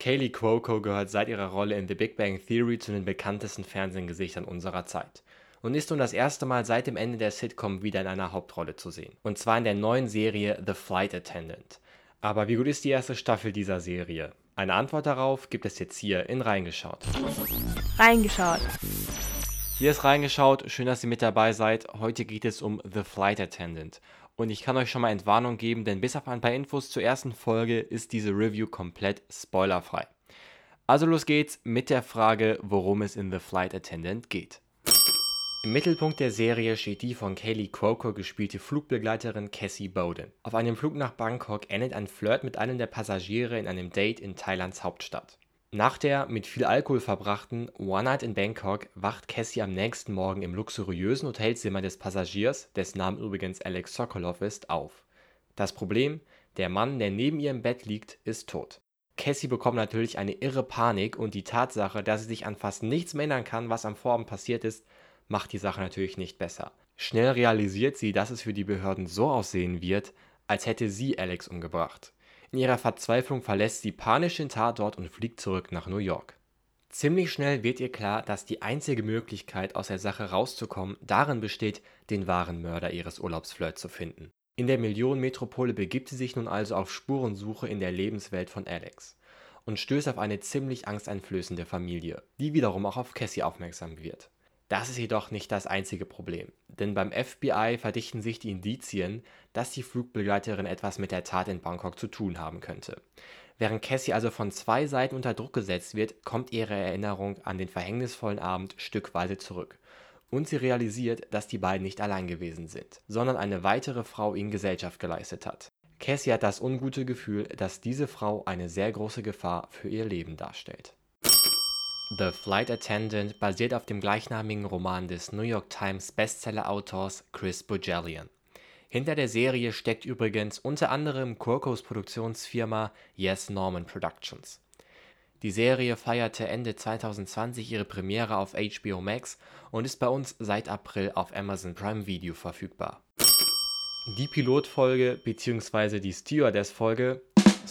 Kaley Cuoco gehört seit ihrer Rolle in The Big Bang Theory zu den bekanntesten Fernsehgesichtern unserer Zeit und ist nun das erste Mal seit dem Ende der Sitcom wieder in einer Hauptrolle zu sehen. Und zwar in der neuen Serie The Flight Attendant. Aber wie gut ist die erste Staffel dieser Serie? Eine Antwort darauf gibt es jetzt hier in Reingeschaut. Reingeschaut. Hier ist Reingeschaut, schön, dass ihr mit dabei seid. Heute geht es um The Flight Attendant. Und ich kann euch schon mal Entwarnung geben, denn bis auf ein paar Infos zur ersten Folge ist diese Review komplett spoilerfrei. Also los geht's mit der Frage, worum es in The Flight Attendant geht. Im Mittelpunkt der Serie steht die von Kaley Cuoco gespielte Flugbegleiterin Cassie Bowden. Auf einem Flug nach Bangkok endet ein Flirt mit einem der Passagiere in einem Date in Thailands Hauptstadt. Nach der mit viel Alkohol verbrachten One Night in Bangkok wacht Cassie am nächsten Morgen im luxuriösen Hotelzimmer des Passagiers, dessen Name übrigens Alex Sokolov ist, auf. Das Problem: Der Mann, der neben ihr im Bett liegt, ist tot. Cassie bekommt natürlich eine irre Panik und die Tatsache, dass sie sich an fast nichts mehr erinnern kann, was am Vorabend passiert ist, macht die Sache natürlich nicht besser. Schnell realisiert sie, dass es für die Behörden so aussehen wird, als hätte sie Alex umgebracht. In ihrer Verzweiflung verlässt sie panisch den Tatort und fliegt zurück nach New York. Ziemlich schnell wird ihr klar, dass die einzige Möglichkeit, aus der Sache rauszukommen, darin besteht, den wahren Mörder ihres Urlaubsflirts zu finden. In der Millionenmetropole begibt sie sich nun also auf Spurensuche in der Lebenswelt von Alex und stößt auf eine ziemlich angsteinflößende Familie, die wiederum auch auf Cassie aufmerksam wird. Das ist jedoch nicht das einzige Problem, denn beim FBI verdichten sich die Indizien, dass die Flugbegleiterin etwas mit der Tat in Bangkok zu tun haben könnte. Während Cassie also von zwei Seiten unter Druck gesetzt wird, kommt ihre Erinnerung an den verhängnisvollen Abend stückweise zurück. Und sie realisiert, dass die beiden nicht allein gewesen sind, sondern eine weitere Frau ihnen Gesellschaft geleistet hat. Cassie hat das ungute Gefühl, dass diese Frau eine sehr große Gefahr für ihr Leben darstellt. The Flight Attendant basiert auf dem gleichnamigen Roman des New York Times Bestseller-Autors Chris Bohjalian. Hinter der Serie steckt übrigens unter anderem Cuocos Produktionsfirma Yes Norman Productions. Die Serie feierte Ende 2020 ihre Premiere auf HBO Max und ist bei uns seit April auf Amazon Prime Video verfügbar. Die Pilotfolge bzw. die Stewardess-Folge,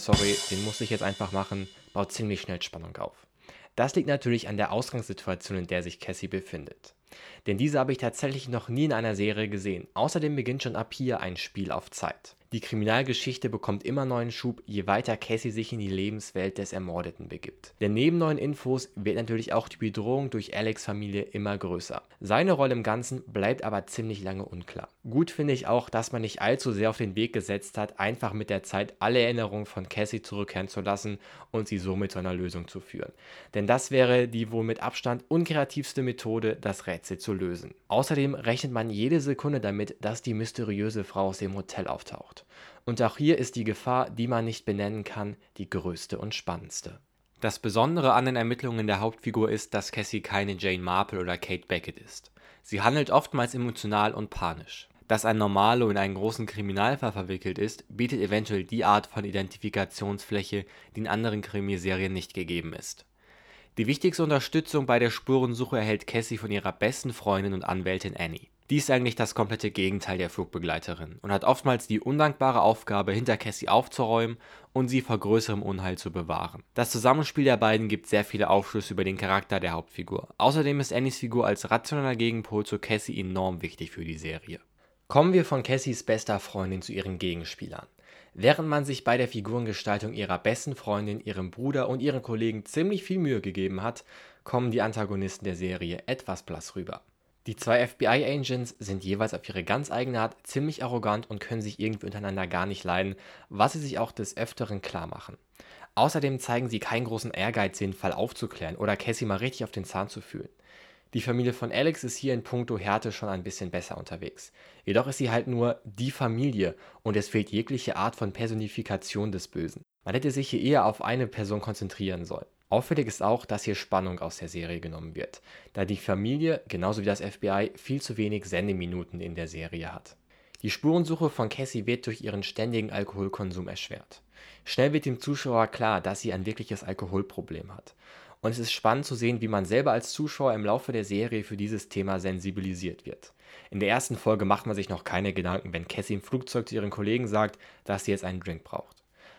den musste ich jetzt einfach machen, baut ziemlich schnell Spannung auf. Das liegt natürlich an der Ausgangssituation, in der sich Cassie befindet. Denn diese habe ich tatsächlich noch nie in einer Serie gesehen. Außerdem beginnt schon ab hier ein Spiel auf Zeit. Die Kriminalgeschichte bekommt immer neuen Schub, je weiter Cassie sich in die Lebenswelt des Ermordeten begibt. Denn neben neuen Infos wird natürlich auch die Bedrohung durch Alex' Familie immer größer. Seine Rolle im Ganzen bleibt aber ziemlich lange unklar. Gut finde ich auch, dass man nicht allzu sehr auf den Weg gesetzt hat, einfach mit der Zeit alle Erinnerungen von Cassie zurückkehren zu lassen und sie somit zu einer Lösung zu führen. Denn das wäre die wohl mit Abstand unkreativste Methode, das Rätsel zu lösen. Außerdem rechnet man jede Sekunde damit, dass die mysteriöse Frau aus dem Hotel auftaucht. Und auch hier ist die Gefahr, die man nicht benennen kann, die größte und spannendste. Das Besondere an den Ermittlungen der Hauptfigur ist, dass Cassie keine Jane Marple oder Kate Beckett ist. Sie handelt oftmals emotional und panisch. Dass ein Normalo in einen großen Kriminalfall verwickelt ist, bietet eventuell die Art von Identifikationsfläche, die in anderen Krimiserien nicht gegeben ist. Die wichtigste Unterstützung bei der Spurensuche erhält Cassie von ihrer besten Freundin und Anwältin Annie. Die ist eigentlich das komplette Gegenteil der Flugbegleiterin und hat oftmals die undankbare Aufgabe, hinter Cassie aufzuräumen und sie vor größerem Unheil zu bewahren. Das Zusammenspiel der beiden gibt sehr viele Aufschlüsse über den Charakter der Hauptfigur. Außerdem ist Annies Figur als rationaler Gegenpol zu Cassie enorm wichtig für die Serie. Kommen wir von Cassies bester Freundin zu ihren Gegenspielern. Während man sich bei der Figurengestaltung ihrer besten Freundin, ihrem Bruder und ihren Kollegen ziemlich viel Mühe gegeben hat, kommen die Antagonisten der Serie etwas blass rüber. Die zwei FBI-Agents sind jeweils auf ihre ganz eigene Art ziemlich arrogant und können sich irgendwie untereinander gar nicht leiden, was sie sich auch des Öfteren klar machen. Außerdem zeigen sie keinen großen Ehrgeiz, den Fall aufzuklären oder Cassie mal richtig auf den Zahn zu fühlen. Die Familie von Alex ist hier in puncto Härte schon ein bisschen besser unterwegs. Jedoch ist sie halt nur die Familie und es fehlt jegliche Art von Personifikation des Bösen. Man hätte sich hier eher auf eine Person konzentrieren sollen. Auffällig ist auch, dass hier Spannung aus der Serie genommen wird, da die Familie, genauso wie das FBI, viel zu wenig Sendeminuten in der Serie hat. Die Spurensuche von Cassie wird durch ihren ständigen Alkoholkonsum erschwert. Schnell wird dem Zuschauer klar, dass sie ein wirkliches Alkoholproblem hat. Und es ist spannend zu sehen, wie man selber als Zuschauer im Laufe der Serie für dieses Thema sensibilisiert wird. In der ersten Folge macht man sich noch keine Gedanken, wenn Cassie im Flugzeug zu ihren Kollegen sagt, dass sie jetzt einen Drink braucht.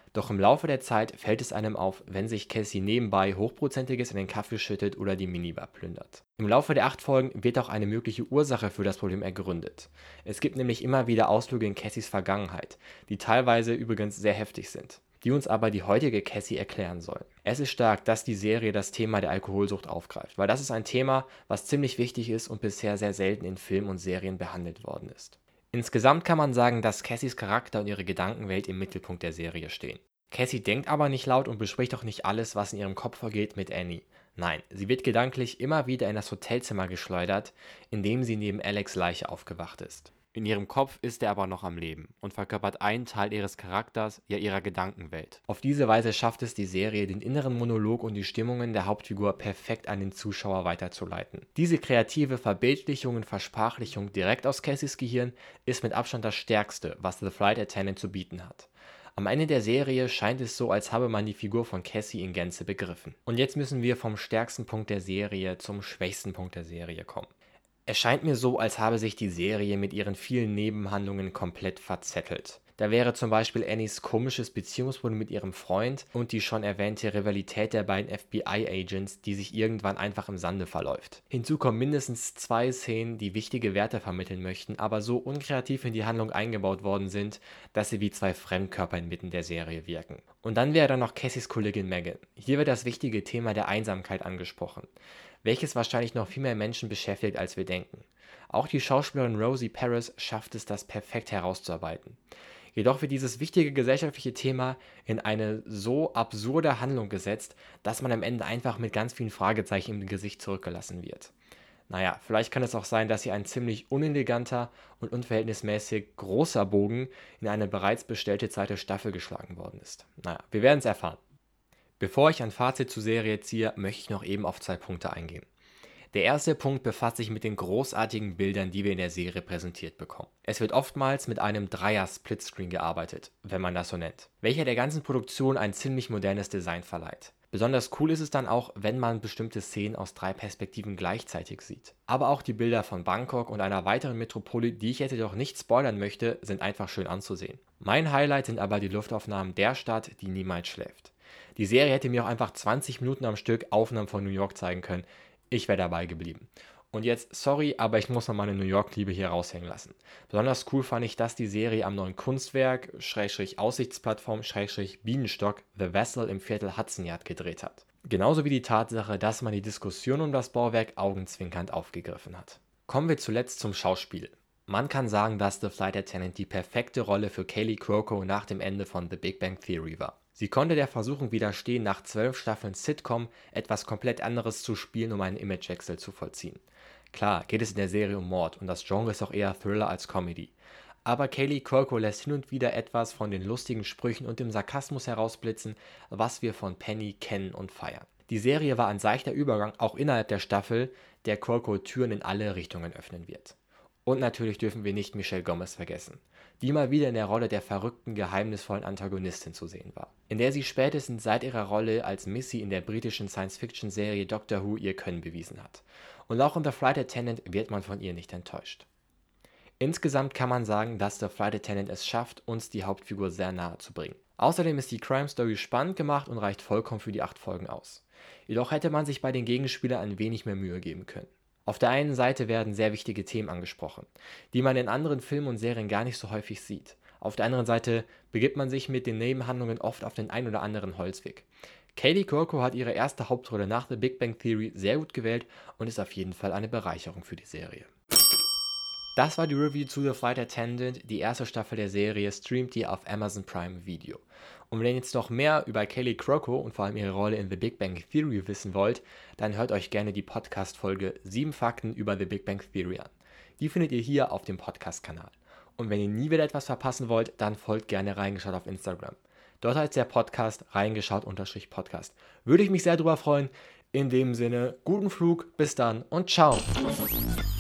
Doch im Laufe der Zeit fällt es einem auf, wenn sich Cassie nebenbei Hochprozentiges in den Kaffee schüttet oder die Minibar plündert. Im Laufe der 8 Folgen wird auch eine mögliche Ursache für das Problem ergründet. Es gibt nämlich immer wieder Ausflüge in Cassies Vergangenheit, die teilweise übrigens sehr heftig sind, die uns aber die heutige Cassie erklären sollen. Es ist stark, dass die Serie das Thema der Alkoholsucht aufgreift, weil das ist ein Thema, was ziemlich wichtig ist und bisher sehr selten in Filmen und Serien behandelt worden ist. Insgesamt kann man sagen, dass Cassies Charakter und ihre Gedankenwelt im Mittelpunkt der Serie stehen. Cassie denkt aber nicht laut und bespricht auch nicht alles, was in ihrem Kopf vorgeht, mit Annie. Nein, sie wird gedanklich immer wieder in das Hotelzimmer geschleudert, in dem sie neben Alex' Leiche aufgewacht ist. In ihrem Kopf ist er aber noch am Leben und verkörpert einen Teil ihres Charakters, ja ihrer Gedankenwelt. Auf diese Weise schafft es die Serie, den inneren Monolog und die Stimmungen der Hauptfigur perfekt an den Zuschauer weiterzuleiten. Diese kreative Verbildlichung und Versprachlichung direkt aus Cassies Gehirn ist mit Abstand das Stärkste, was The Flight Attendant zu bieten hat. Am Ende der Serie scheint es so, als habe man die Figur von Cassie in Gänze begriffen. Und jetzt müssen wir vom stärksten Punkt der Serie zum schwächsten Punkt der Serie kommen. Es scheint mir so, als habe sich die Serie mit ihren vielen Nebenhandlungen komplett verzettelt. Da wäre zum Beispiel Annies komisches Beziehungsproblem mit ihrem Freund und die schon erwähnte Rivalität der beiden FBI-Agents, die sich irgendwann einfach im Sande verläuft. Hinzu kommen mindestens 2 Szenen, die wichtige Werte vermitteln möchten, aber so unkreativ in die Handlung eingebaut worden sind, dass sie wie 2 Fremdkörper inmitten der Serie wirken. Und dann wäre da noch Cassies Kollegin Megan. Hier wird das wichtige Thema der Einsamkeit angesprochen, welches wahrscheinlich noch viel mehr Menschen beschäftigt, als wir denken. Auch die Schauspielerin Rosie Paris schafft es, das perfekt herauszuarbeiten. Jedoch wird dieses wichtige gesellschaftliche Thema in eine so absurde Handlung gesetzt, dass man am Ende einfach mit ganz vielen Fragezeichen im Gesicht zurückgelassen wird. Naja, vielleicht kann es auch sein, dass hier ein ziemlich uneleganter und unverhältnismäßig großer Bogen in eine bereits bestellte zweite Staffel geschlagen worden ist. Naja, wir werden es erfahren. Bevor ich ein Fazit zur Serie ziehe, möchte ich noch eben auf 2 Punkte eingehen. Der erste Punkt befasst sich mit den großartigen Bildern, die wir in der Serie präsentiert bekommen. Es wird oftmals mit einem Dreier-Splitscreen gearbeitet, wenn man das so nennt, welcher der ganzen Produktion ein ziemlich modernes Design verleiht. Besonders cool ist es dann auch, wenn man bestimmte Szenen aus 3 Perspektiven gleichzeitig sieht. Aber auch die Bilder von Bangkok und einer weiteren Metropole, die ich jetzt jedoch nicht spoilern möchte, sind einfach schön anzusehen. Mein Highlight sind aber die Luftaufnahmen der Stadt, die niemals schläft. Die Serie hätte mir auch einfach 20 Minuten am Stück Aufnahmen von New York zeigen können. Ich wäre dabei geblieben. Und jetzt, sorry, aber ich muss noch meine New York-Liebe hier raushängen lassen. Besonders cool fand ich, dass die Serie am neuen Kunstwerk, Aussichtsplattform, Bienenstock, The Vessel im Viertel Hudson Yard gedreht hat. Genauso wie die Tatsache, dass man die Diskussion um das Bauwerk augenzwinkernd aufgegriffen hat. Kommen wir zuletzt zum Schauspiel. Man kann sagen, dass The Flight Attendant die perfekte Rolle für Kaley Cuoco nach dem Ende von The Big Bang Theory war. Sie konnte der Versuchung widerstehen, nach 12 Staffeln Sitcom etwas komplett anderes zu spielen, um einen Imagewechsel zu vollziehen. Klar geht es in der Serie um Mord und das Genre ist auch eher Thriller als Comedy. Aber Kaley Cuoco lässt hin und wieder etwas von den lustigen Sprüchen und dem Sarkasmus herausblitzen, was wir von Penny kennen und feiern. Die Serie war ein seichter Übergang, auch innerhalb der Staffel, der Cuoco Türen in alle Richtungen öffnen wird. Und natürlich dürfen wir nicht Michelle Gomez vergessen, die mal wieder in der Rolle der verrückten, geheimnisvollen Antagonistin zu sehen war, in der sie spätestens seit ihrer Rolle als Missy in der britischen Science-Fiction-Serie Doctor Who ihr Können bewiesen hat. Und auch in The Flight Attendant wird man von ihr nicht enttäuscht. Insgesamt kann man sagen, dass The Flight Attendant es schafft, uns die Hauptfigur sehr nahe zu bringen. Außerdem ist die Crime Story spannend gemacht und reicht vollkommen für die 8 Folgen aus. Jedoch hätte man sich bei den Gegenspielern ein wenig mehr Mühe geben können. Auf der einen Seite werden sehr wichtige Themen angesprochen, die man in anderen Filmen und Serien gar nicht so häufig sieht. Auf der anderen Seite begibt man sich mit den Nebenhandlungen oft auf den ein oder anderen Holzweg. Kaley Cuoco hat ihre erste Hauptrolle nach The Big Bang Theory sehr gut gewählt und ist auf jeden Fall eine Bereicherung für die Serie. Das war die Review zu The Flight Attendant. Die erste Staffel der Serie streamt ihr auf Amazon Prime Video. Und wenn ihr jetzt noch mehr über Kaley Cuoco und vor allem ihre Rolle in The Big Bang Theory wissen wollt, dann hört euch gerne die Podcast-Folge 7 Fakten über The Big Bang Theory an. Die findet ihr hier auf dem Podcast-Kanal. Und wenn ihr nie wieder etwas verpassen wollt, dann folgt gerne Reingeschaut auf Instagram. Dort heißt der Podcast Reingeschaut_Podcast. Würde ich mich sehr drüber freuen. In dem Sinne, guten Flug, bis dann und ciao.